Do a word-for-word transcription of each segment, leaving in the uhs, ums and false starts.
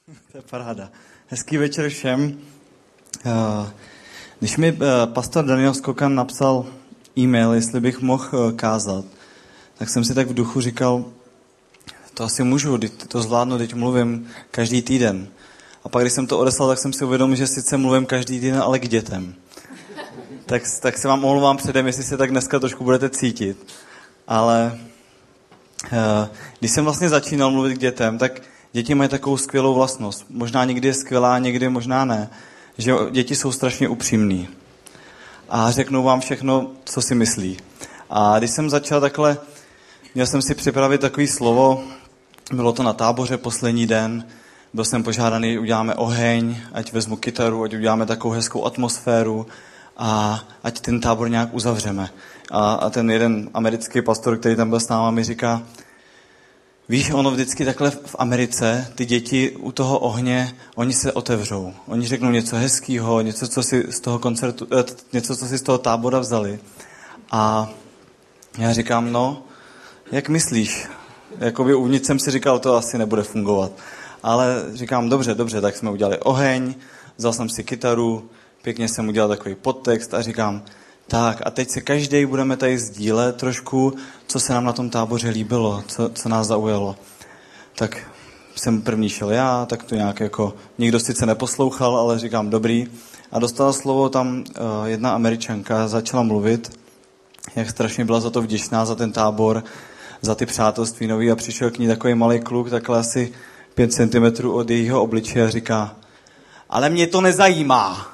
To je paráda. Hezký večer všem. Když mi pastor Daniel Skokan napsal e-mail, jestli bych mohl kázat, tak jsem si tak v duchu říkal, to asi můžu, to zvládnu, teď mluvím každý týden. A pak, když jsem to odeslal, tak jsem si uvědomil, že sice mluvím každý týden, ale k dětem. Tak, tak se vám omlouvám předem, jestli se tak dneska trošku budete cítit. Ale když jsem vlastně začínal mluvit k dětem, tak děti mají takovou skvělou vlastnost. Možná někdy je skvělá, někdy možná ne. Že děti jsou strašně upřímný. A řeknou vám všechno, co si myslí. A když jsem začal takhle, měl jsem si připravit takový slovo, bylo to na táboře poslední den, byl jsem požádaný, uděláme oheň, ať vezmu kytaru, ať uděláme takovou hezkou atmosféru a ať ten tábor nějak uzavřeme. A, a ten jeden americký pastor, který tam byl s náma, mi říká, víš, ono vždycky takhle v Americe, ty děti u toho ohně, oni se otevřou. Oni řeknou něco hezkýho, něco, co si z toho koncertu, něco, co si z toho tábora vzali. A já říkám, no, jak myslíš? Jakoby uvnitř jsem si říkal, to asi nebude fungovat. Ale říkám, dobře, dobře, tak jsme udělali oheň, vzal jsem si kytaru, pěkně jsem udělal takový podtext a říkám, tak a teď se každý budeme tady sdílet trošku, co se nám na tom táboře líbilo, co, co nás zaujalo. Tak jsem první šel já, tak to nějak jako, nikdo sice neposlouchal, ale říkám dobrý. A dostala slovo tam uh, jedna Američanka, začala mluvit, jak strašně byla za to vděčná, za ten tábor, za ty přátelství nový a přišel k ní takový malý kluk, takhle asi pět centimetrů od jejího obličeje a říká, ale mě to nezajímá.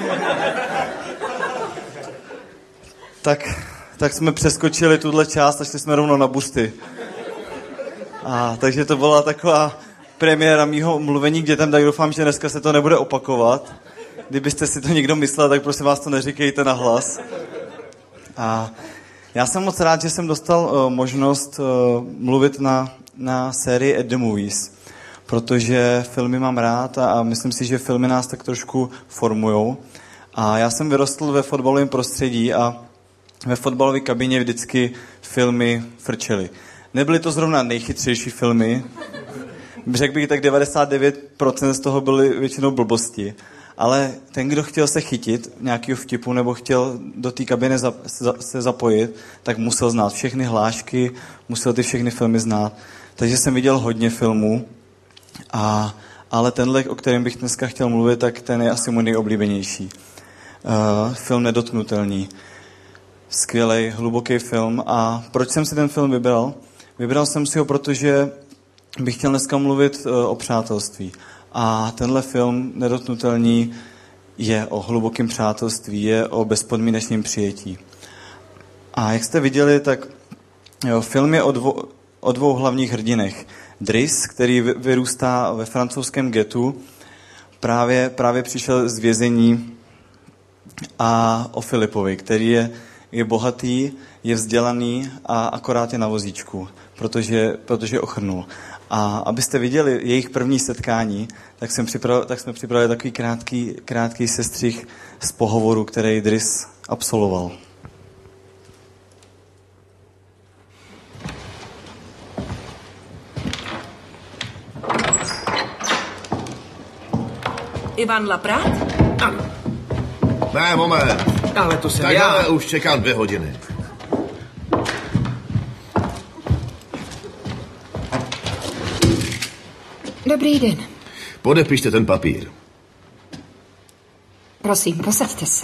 tak, tak jsme přeskočili tuhle část a šli jsme rovnou na busty. A takže to byla taková premiéra mýho mluvení k dětem, tak doufám, že dneska se to nebude opakovat. Kdybyste si to někdo myslel, tak prosím vás to neříkejte nahlas. A já jsem moc rád, že jsem dostal uh, možnost uh, mluvit na, na sérii At the Movies, protože filmy mám rád a, a myslím si, že filmy nás tak trošku formujou. A já jsem vyrostl ve fotbalovém prostředí a ve fotbalové kabině vždycky filmy frčely. Nebyly to zrovna nejchytřejší filmy, řekl bych, tak devadesát devět procent z toho byly většinou blbosti. Ale ten, kdo chtěl se chytit nějakého vtipu nebo chtěl do té kabiny za, za, se zapojit, tak musel znát všechny hlášky, musel ty všechny filmy znát. Takže jsem viděl hodně filmů, a, ale tenhle, o kterém bych dneska chtěl mluvit, tak ten je asi můj nejoblíbenější. Uh, film Nedotknutelný. Skvělej, hluboký film. A proč jsem si ten film vybral? Vybral jsem si ho, protože bych chtěl dneska mluvit uh, o přátelství. A tenhle film Nedotknutelný je o hlubokém přátelství, je o bezpodmínečném přijetí. A jak jste viděli, tak jo, film je o dvou, o dvou hlavních hrdinech. Driss, který vyrůstá ve francouzském getu, právě, právě přišel z vězení, a o Filipovi, který je, je bohatý, je vzdělaný a akorát je na vozíčku, protože, protože ochrnul. A abyste viděli jejich první setkání, tak, jsem připravil, tak jsme připravili takový krátký, krátký sestřih z pohovoru, který Driss absolvoval. Ivan Laprát? Ano. Ne, moment. Ale to jsem tak já. Ale už čekám dvě hodiny. Dobrý den. Podepište ten papír. Prosím, posaďte se.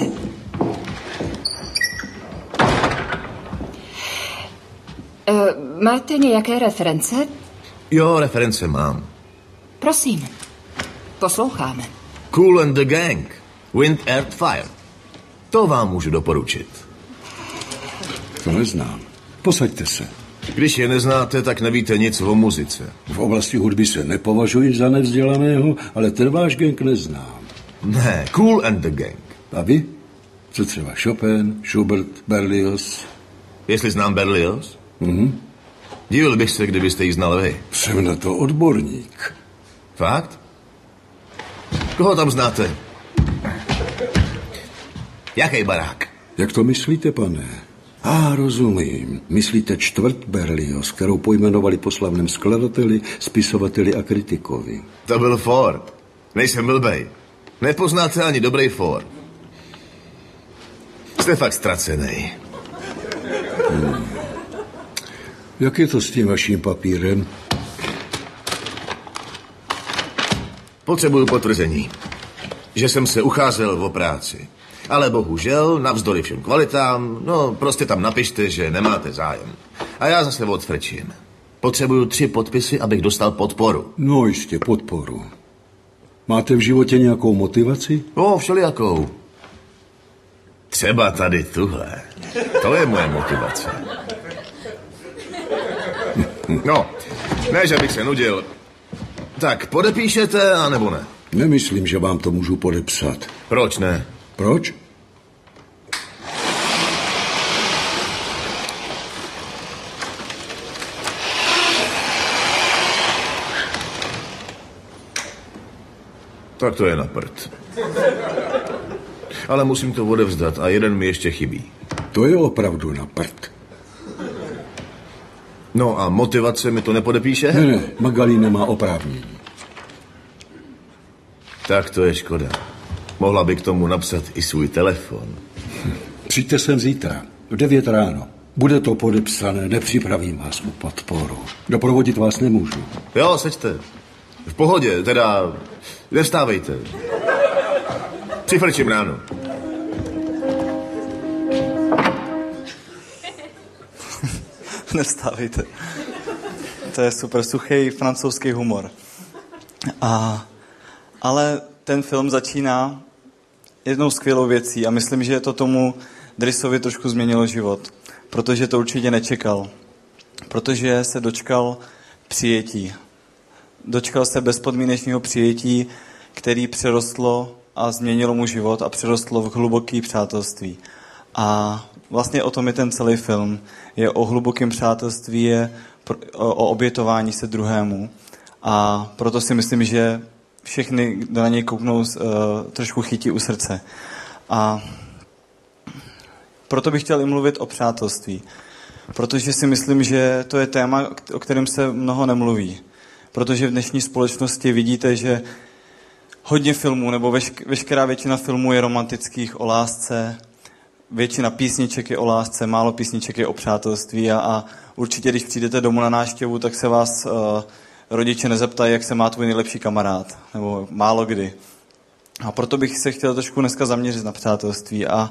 Uh, máte nějaké reference? Jo, reference mám. Prosím, posloucháme. Kool and the Gang. Wind, Earth, Fire. To vám můžu doporučit. To neznám. Posaďte se. Když je neznáte, tak nevíte nic o muzice. V oblasti hudby se nepovažuji za nevzdělaného, ale ten váš gang neznám. Ne, Kool and the Gang. A vy? Co třeba Chopin, Schubert, Berlioz? Jestli znám Berlioz? Mhm. Divil bych se, kdybyste ji znal vy. Jsem na to odborník. Fakt? Koho tam znáte? Jaký barák? Jak to myslíte, pane? A ah, rozumím. Myslíte čtvrt Berlioz, kterou pojmenovali po slavném skladateli, spisovateli a kritikovi. To byl Ford. Nejsem blbej. Nepoznáte ani dobrý Ford. Jste fakt ztracenej. Hmm. Jak je to s tím vaším papírem? Potřebuju potvrzení, že jsem se ucházel o práci. Ale bohužel, navzdory všem kvalitám, no prostě tam napište, že nemáte zájem. A já zase odfrčím. Potřebuju tři podpisy, abych dostal podporu. No jistě, podporu. Máte v životě nějakou motivaci? No, všelijakou. Třeba tady tuhle. To je moje motivace. No, ne, že bych se nudil. Tak, podepíšete, anebo ne? Nemyslím, že vám to můžu podepsat. Proč ne? Proč? Tak to je na prd. Ale musím to odevzdat a jeden mi ještě chybí. To je opravdu na prd. No a motivace mi to nepodepíše? Ne, ne, Magali nemá oprávnění. Tak to je škoda. Mohla by k tomu napsat i svůj telefon. Hm. Přijďte sem zítra, v devět ráno. Bude to podepsané, nepřipravím vás o podporu. Doprovodit vás nemůžu. Jo, seďte. V pohodě, teda nevstávejte. Přifrčím ráno. Nevstávejte. To je super suchý francouzský humor. A, ale ten film začíná jednou skvělou věcí a myslím, že to tomu Drissovi trošku změnilo život, protože to určitě nečekal. Protože se dočkal přijetí. Dočkal se bezpodmínečného přijetí, který přerostlo a změnilo mu život a přerostlo v hluboké přátelství. A vlastně o tom je ten celý film. Je o hlubokém přátelství, je o obětování se druhému. A proto si myslím, že všechny, kdo na něj kouknou, uh, trošku chytí u srdce. A proto bych chtěl i mluvit o přátelství. Protože si myslím, že to je téma, o kterém se mnoho nemluví. Protože v dnešní společnosti vidíte, že hodně filmů, nebo vešk- veškerá většina filmů je romantických o lásce, většina písniček je o lásce, málo písniček je o přátelství a, a určitě, když přijdete domů na návštěvu, tak se vás uh, rodiče nezeptají, jak se má tvůj nejlepší kamarád, nebo málo kdy. A proto bych se chtěl trošku dneska zaměřit na přátelství a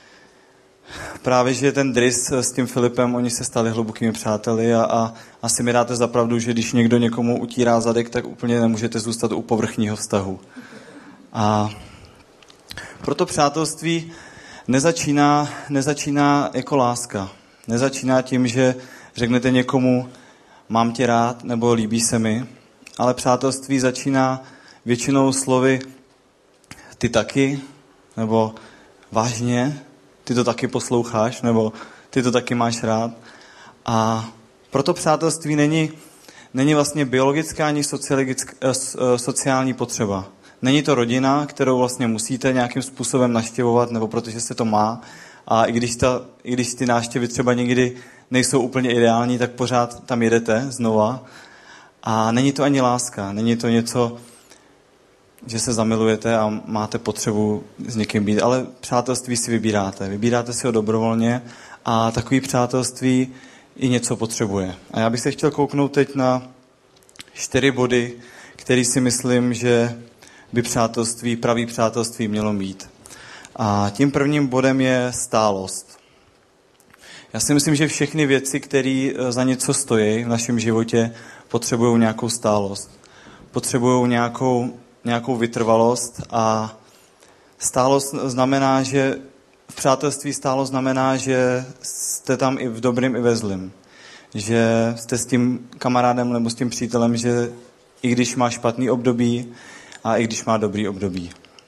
právě, že ten Driss s tím Filipem, oni se stali hlubokými přáteli a, a asi mi dáte za pravdu, že když někdo někomu utírá zadek, tak úplně nemůžete zůstat u povrchního vztahu. A proto přátelství nezačíná, nezačíná jako láska. Nezačíná tím, že řeknete někomu mám tě rád nebo líbí se mi, ale přátelství začíná většinou slovy ty taky, nebo vážně, ty to taky posloucháš, nebo ty to taky máš rád. A proto přátelství není, není vlastně biologická ani sociální potřeba. Není to rodina, kterou vlastně musíte nějakým způsobem navštěvovat, nebo protože se to má. A i když, ta, i když ty návštěvy třeba někdy nejsou úplně ideální, tak pořád tam jedete znova. A není to ani láska, není to něco, že se zamilujete a máte potřebu s někým být, ale přátelství si vybíráte. Vybíráte si ho dobrovolně a takový přátelství i něco potřebuje. A já bych se chtěl kouknout teď na čtyři body, které si myslím, že by přátelství, pravý přátelství mělo mít. A tím prvním bodem je stálost. Já si myslím, že všechny věci, které za něco stojí v našem životě, potřebují nějakou stálost. Potřebují nějakou, nějakou vytrvalost a stálost znamená, že v přátelství stálost znamená, že jste tam i v dobrým, i ve zlým. Že jste s tím kamarádem nebo s tím přítelem, že i když má špatný období a i když má dobrý období.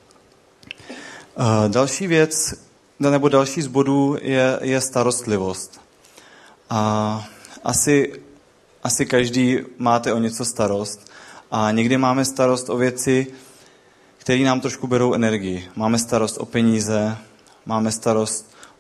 Další věc, nebo další z bodů je, je starostlivost. A asi, asi každý máte o něco starost. A někdy máme starost o věci, které nám trošku berou energii. Máme starost o peníze, máme starost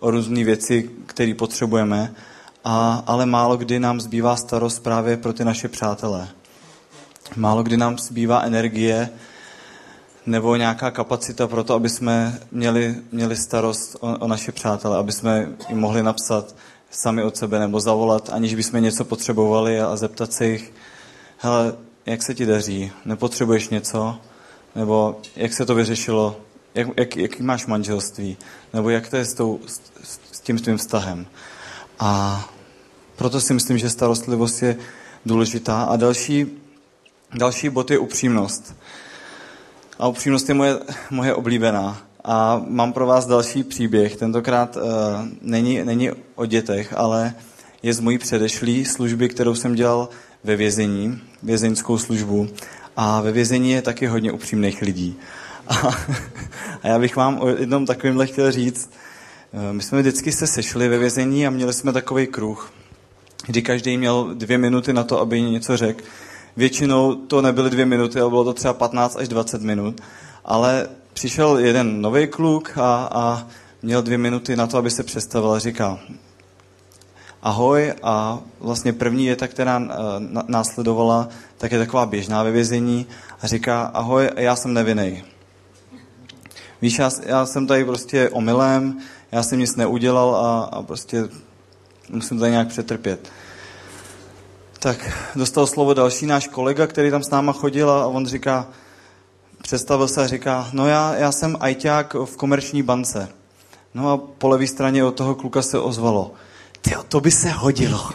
o různé věci, které potřebujeme, a, ale málo kdy nám zbývá starost právě pro ty naše přátelé. Málo kdy nám zbývá energie nebo nějaká kapacita pro to, aby jsme měli, měli starost o, o naše přátele, aby jsme jim mohli napsat sami od sebe nebo zavolat, aniž bychom něco potřebovali a, a zeptat se jich, hele, jak se ti daří, nepotřebuješ něco, nebo jak se to vyřešilo, jak, jak, jaký máš manželství, nebo jak to je s, tou, s, s tím tvým vztahem. A proto si myslím, že starostlivost je důležitá. A další, další bod je upřímnost. A upřímnost je moje, moje oblíbená. A mám pro vás další příběh. Tentokrát uh, není, není o dětech, ale je z mojí předešlý služby, kterou jsem dělal ve vězení, vězeňskou službu. A ve vězení je taky hodně upřímných lidí. A, a já bych vám o jednom takovýmhle chtěl říct. My jsme vždycky se sešli ve vězení a měli jsme takový kruh, kdy každý měl dvě minuty na to, aby něco řekl. Většinou to nebyly dvě minuty, ale bylo to třeba patnáct až dvacet minut. Ale přišel jeden nový kluk a, a měl dvě minuty na to, aby se představil a říká ahoj, a vlastně první věta, která následovala, tak je taková běžná ve vězení a říká ahoj, já jsem nevinnej. Víš, já, já jsem tady prostě omylem, já jsem nic neudělal a, a prostě musím tady nějak přetrpět. Tak dostal slovo další náš kolega, který tam s náma chodil, a on říká, představil se a říká, no já, já jsem ajťák v Komerční bance. No a po levé straně od toho kluka se ozvalo, tyjo, to by se hodilo.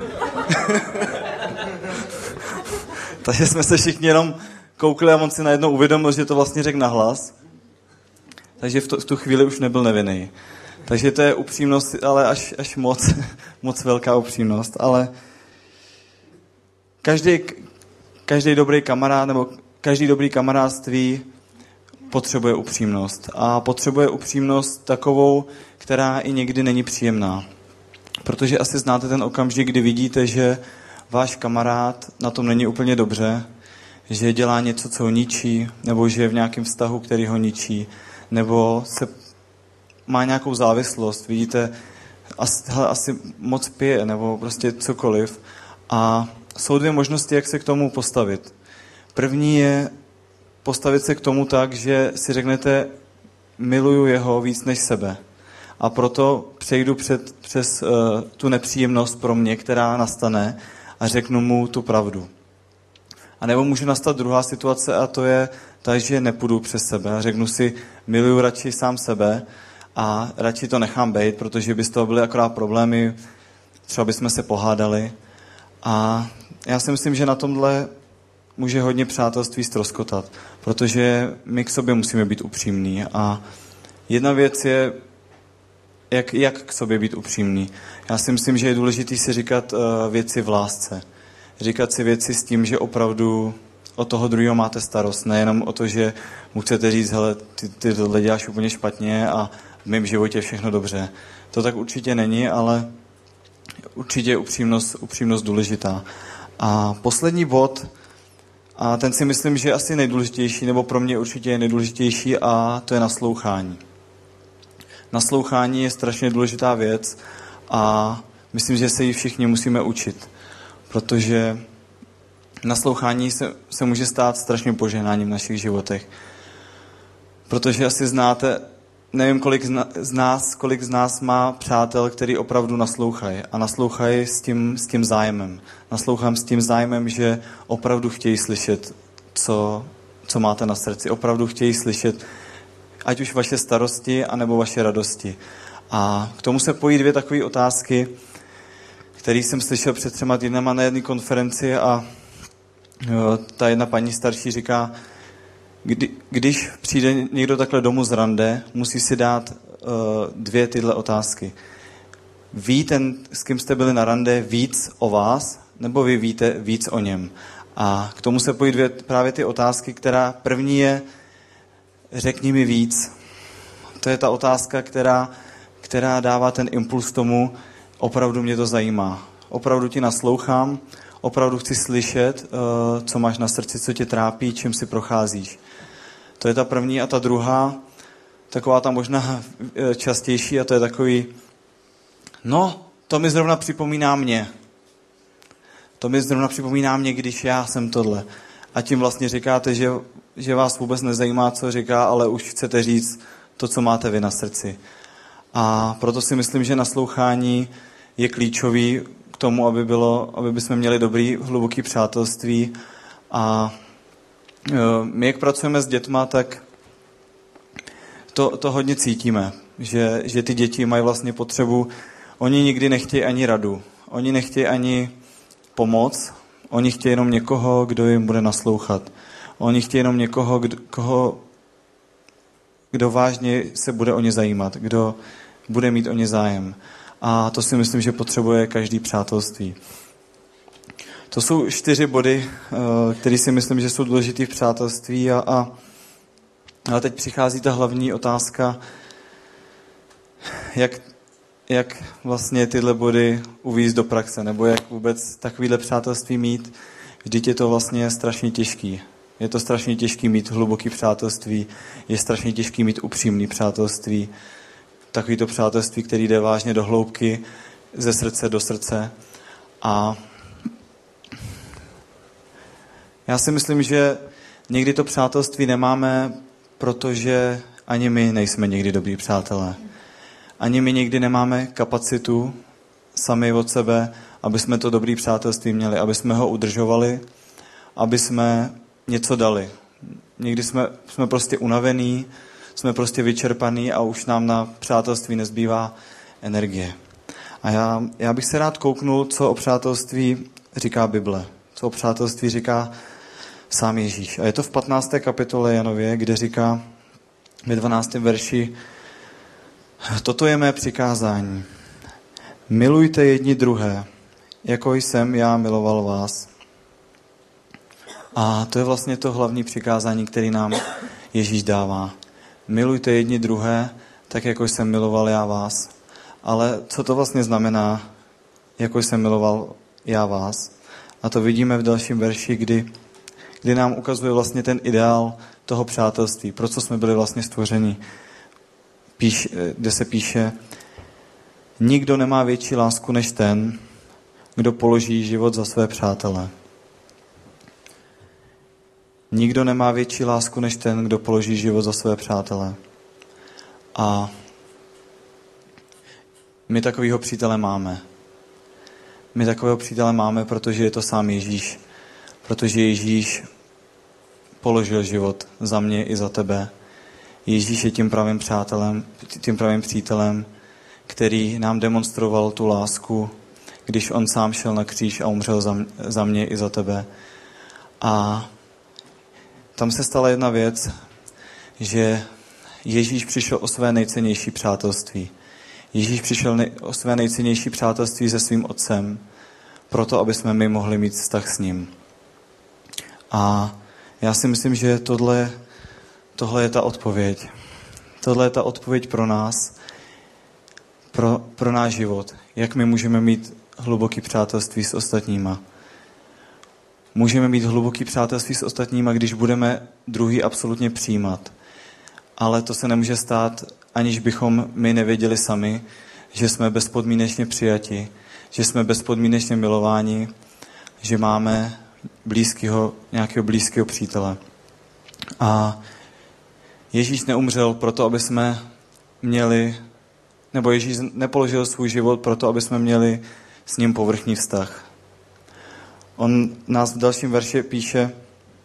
Takže jsme se všichni jenom koukli a on si najednou uvědomil, že to vlastně řekl nahlas. Takže v, to, v tu chvíli už nebyl nevinný. Takže to je upřímnost, ale až, až moc, moc velká upřímnost. Ale každý, každý dobrý kamarád nebo každý dobrý kamarádství potřebuje upřímnost. A potřebuje upřímnost takovou, která i někdy není příjemná. Protože asi znáte ten okamžik, kdy vidíte, že váš kamarád na tom není úplně dobře, že dělá něco, co ho ničí, nebo že je v nějakém vztahu, který ho ničí, nebo se má nějakou závislost, vidíte, asi, hele, asi moc pije, nebo prostě cokoliv. A jsou dvě možnosti, jak se k tomu postavit. První je postavit se k tomu tak, že si řeknete, miluju jeho víc než sebe. A proto přejdu před, přes uh, tu nepříjemnost pro mě, která nastane, a řeknu mu tu pravdu. A nebo může nastat druhá situace, a to je ta, že nepůjdu přes sebe. A řeknu si, miluju radši sám sebe a radši to nechám bejt, protože by z toho byly akorát problémy, třeba bychom se pohádali. A já si myslím, že na tomhle může hodně přátelství ztroskotat, protože my k sobě musíme být upřímní. A jedna věc je, jak, jak k sobě být upřímný. Já si myslím, že je důležité si říkat uh, věci v lásce. Říkat si věci s tím, že opravdu o toho druhého máte starost. Nejenom o to, že mu chcete říct, hele, ty, ty tohle děláš úplně špatně a v mém životě je všechno dobře. To tak určitě není, ale určitě je upřímnost, upřímnost důležitá. A poslední bod, a ten si myslím, že je asi nejdůležitější, nebo pro mě určitě je nejdůležitější, a to je naslouchání. Naslouchání je strašně důležitá věc a myslím, že se ji všichni musíme učit, protože naslouchání se, se může stát strašným požehnáním v našich životech. Protože asi znáte, nevím, kolik z nás, kolik z nás má přátel, který opravdu naslouchají. A naslouchají s tím, s tím zájmem. Naslouchám s tím zájmem, že opravdu chtějí slyšet, co, co máte na srdci. Opravdu chtějí slyšet, ať už vaše starosti, anebo vaše radosti. A k tomu se pojí dvě takové otázky, které jsem slyšel před třema týdnama na jedné konferenci, a jo, ta jedna paní starší říká, kdy, když přijde někdo takhle domů z rande, musí si dát uh, dvě tyhle otázky. Ví ten, s kým jste byli na rande, víc o vás, nebo vy víte víc o něm? A k tomu se pojí dvě právě ty otázky, která první je, řekni mi víc. To je ta otázka, která, která dává ten impuls tomu, opravdu mě to zajímá. Opravdu ti naslouchám, opravdu chci slyšet, co máš na srdci, co tě trápí, čím si procházíš. To je ta první. A ta druhá, taková ta možná častější a to je takový, no, to mi zrovna připomíná mě. To mi zrovna připomíná mě, když já jsem tohle. A tím vlastně říkáte, že, že vás vůbec nezajímá, co říká, ale už chcete říct to, co máte vy na srdci. A proto si myslím, že naslouchání je klíčový k tomu, aby, bylo, aby bychom měli dobrý, hluboký přátelství. A my, jak pracujeme s dětma, tak to, to hodně cítíme, že, že ty děti mají vlastně potřebu, oni nikdy nechtějí ani radu, oni nechtějí ani pomoc, oni chtějí jenom někoho, kdo jim bude naslouchat. Oni chtějí jenom někoho, kdo, koho, kdo vážně se bude o ně zajímat, kdo bude mít o ně zájem. A to si myslím, že potřebuje každý přátelství. To jsou čtyři body, které si myslím, že jsou důležitý v přátelství. A, a, a teď přichází ta hlavní otázka, jak, jak vlastně tyhle body uvést do praxe, nebo jak vůbec takovýhle přátelství mít. Vždyť je to vlastně strašně těžký. Je to strašně těžký mít hluboký přátelství, je strašně těžký mít upřímný přátelství. Takový to přátelství, který jde vážně do hloubky, ze srdce do srdce. A já si myslím, že někdy to přátelství nemáme, protože ani my nejsme někdy dobrý přátelé. Ani my někdy nemáme kapacitu sami od sebe, aby jsme to dobrý přátelství měli, aby jsme ho udržovali, aby jsme něco dali. Někdy jsme, jsme prostě unavení, jsme prostě vyčerpaní a už nám na přátelství nezbývá energie. A já, já bych se rád kouknul, co o přátelství říká Bible. Co o přátelství říká sám Ježíš. A je to v patnácté kapitole Janově, kde říká ve dvanáctém verši: toto je mé přikázání. Milujte jedni druhé, jako jsem já miloval vás. A to je vlastně to hlavní přikázání, který nám Ježíš dává. Milujte jedni druhé, tak jako jsem miloval já vás. Ale co to vlastně znamená, jako jsem miloval já vás? A to vidíme v dalším verši, kdy, kdy nám ukazuje vlastně ten ideál toho přátelství, pro co jsme byli vlastně stvořeni. Píš, kde se píše: nikdo nemá větší lásku než ten, kdo položí život za své přátele. Nikdo nemá větší lásku než ten, kdo položí život za své přátele. A my takového přítele máme. My takového přítele máme, protože je to sám Ježíš. Protože Ježíš položil život za mě i za tebe. Ježíš je tím pravým přátelem, tím pravým přítelem, který nám demonstroval tu lásku, když on sám šel na kříž a umřel za, za mě i za tebe. A tam se stala jedna věc, že Ježíš přišel o své nejcennější přátelství. Ježíš přišel nej, o své nejcennější přátelství se svým otcem, proto, aby jsme my mohli mít vztah s ním. A já si myslím, že tohle, tohle je ta odpověď. Tohle je ta odpověď pro nás, pro, pro náš život. Jak my můžeme mít hluboký přátelství s ostatníma. Můžeme mít hluboký přátelství s ostatníma, když budeme druhý absolutně přijímat. Ale to se nemůže stát, aniž bychom my nevěděli sami, že jsme bezpodmínečně přijati, že jsme bezpodmínečně milováni, že máme blízkého, nějakého blízkého přítele. A Ježíš neumřel proto, aby jsme měli, nebo Ježíš nepoložil svůj život proto, aby jsme měli s ním povrchní vztah. On nás v dalším verši píše: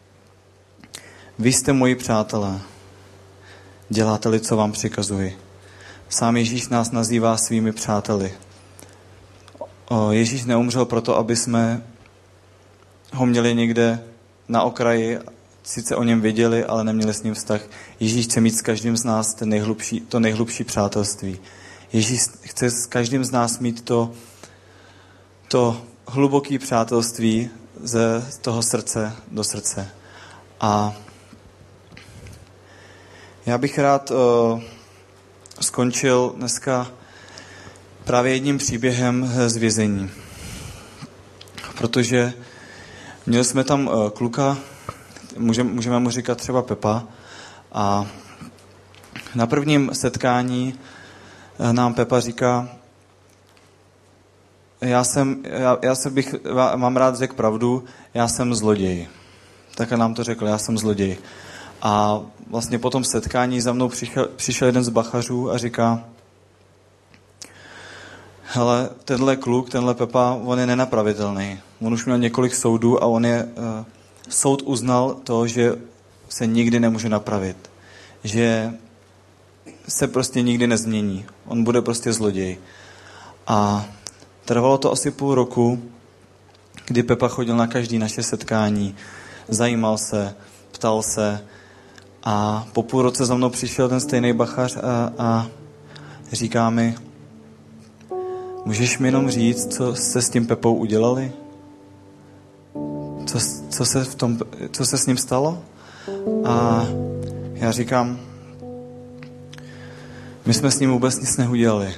vy jste moji přátelé, děláte-li, co vám přikazuji. Sám Ježíš nás nazývá svými přáteli. O, Ježíš neumřel proto, aby jsme ho měli někde na okraji, sice o něm věděli, ale neměli s ním vztah. Ježíš chce mít s každým z nás ten nejhlubší, to nejhlubší přátelství. Ježíš chce s každým z nás mít to, to hluboké přátelství ze toho srdce do srdce. A já bych rád uh, skončil dneska právě jedním příběhem z vězení. Protože měli jsme tam uh, kluka, můžeme, můžeme mu říkat třeba Pepa, a Na prvním setkání nám Pepa říká, já jsem, já, já se bych, mám rád řekl pravdu, já jsem zloděj. Tak nám to řekl, já jsem zloděj. A vlastně po tom setkání za mnou přišel, přišel jeden z bachařů a říká, hele, tenhle kluk, tenhle Pepa, on je nenapravitelný. On už měl několik soudů a on je, uh, soud uznal to, že se nikdy nemůže napravit. Že se prostě nikdy nezmění. On bude prostě zloděj. A trvalo to asi půl roku, kdy Pepa chodil na každý naše setkání, zajímal se, ptal se a po půl roce za mnou přišel ten stejný bachař a, a říká mi, můžeš mi jenom říct, co se s tím Pepou udělali? Co, co, se, v tom, co se s ním stalo? A já říkám, my jsme s ním vůbec nic neudělali.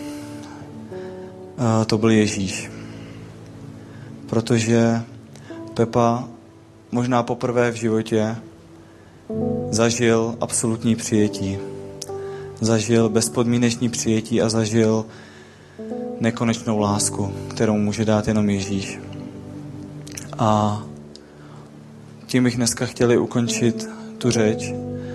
A to byl Ježíš. Protože Pepa možná poprvé v životě zažil absolutní přijetí. Zažil bezpodmínečné přijetí a zažil nekonečnou lásku, kterou může dát jenom Ježíš. A tím bych dneska chtěli ukončit tu řeč.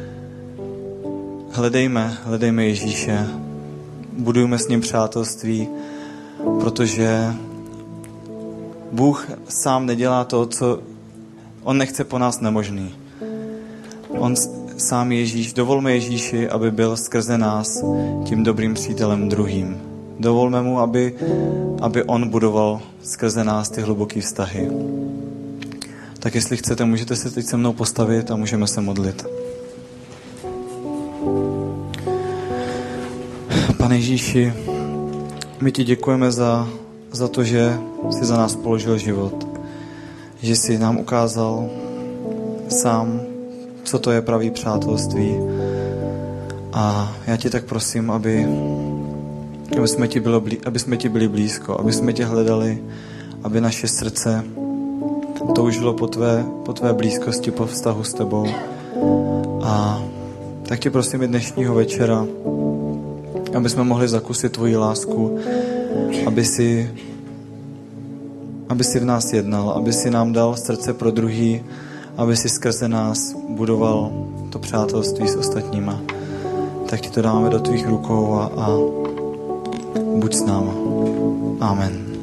Hledejme, hledejme Ježíše. Budujme s ním přátelství, protože Bůh sám nedělá to, co on nechce po nás nemožný. On sám Ježíš, dovolme Ježíši, aby byl skrze nás tím dobrým přítelem druhým. Dovolme mu, aby, aby on budoval skrze nás ty hluboké vztahy. Tak jestli chcete, můžete se teď se mnou postavit a můžeme se modlit. Pane Ježíši, my ti děkujeme za, za to, že jsi za nás položil život. Že jsi nám ukázal sám, co to je pravý přátelství. A já tě tak prosím, aby, aby, jsme ti bylo, aby jsme ti byli blízko, aby jsme tě hledali, aby naše srdce toužilo po tvé, po tvé blízkosti, po vztahu s tebou. A tak tě prosím i dnešního večera, aby jsme mohli zakusit tvoji lásku, aby si, aby si v nás jednal, aby si nám dal srdce pro druhý, aby si skrze nás budoval to přátelství s ostatníma. Tak ti to dáme do tvých rukou a, a buď s náma. Amen.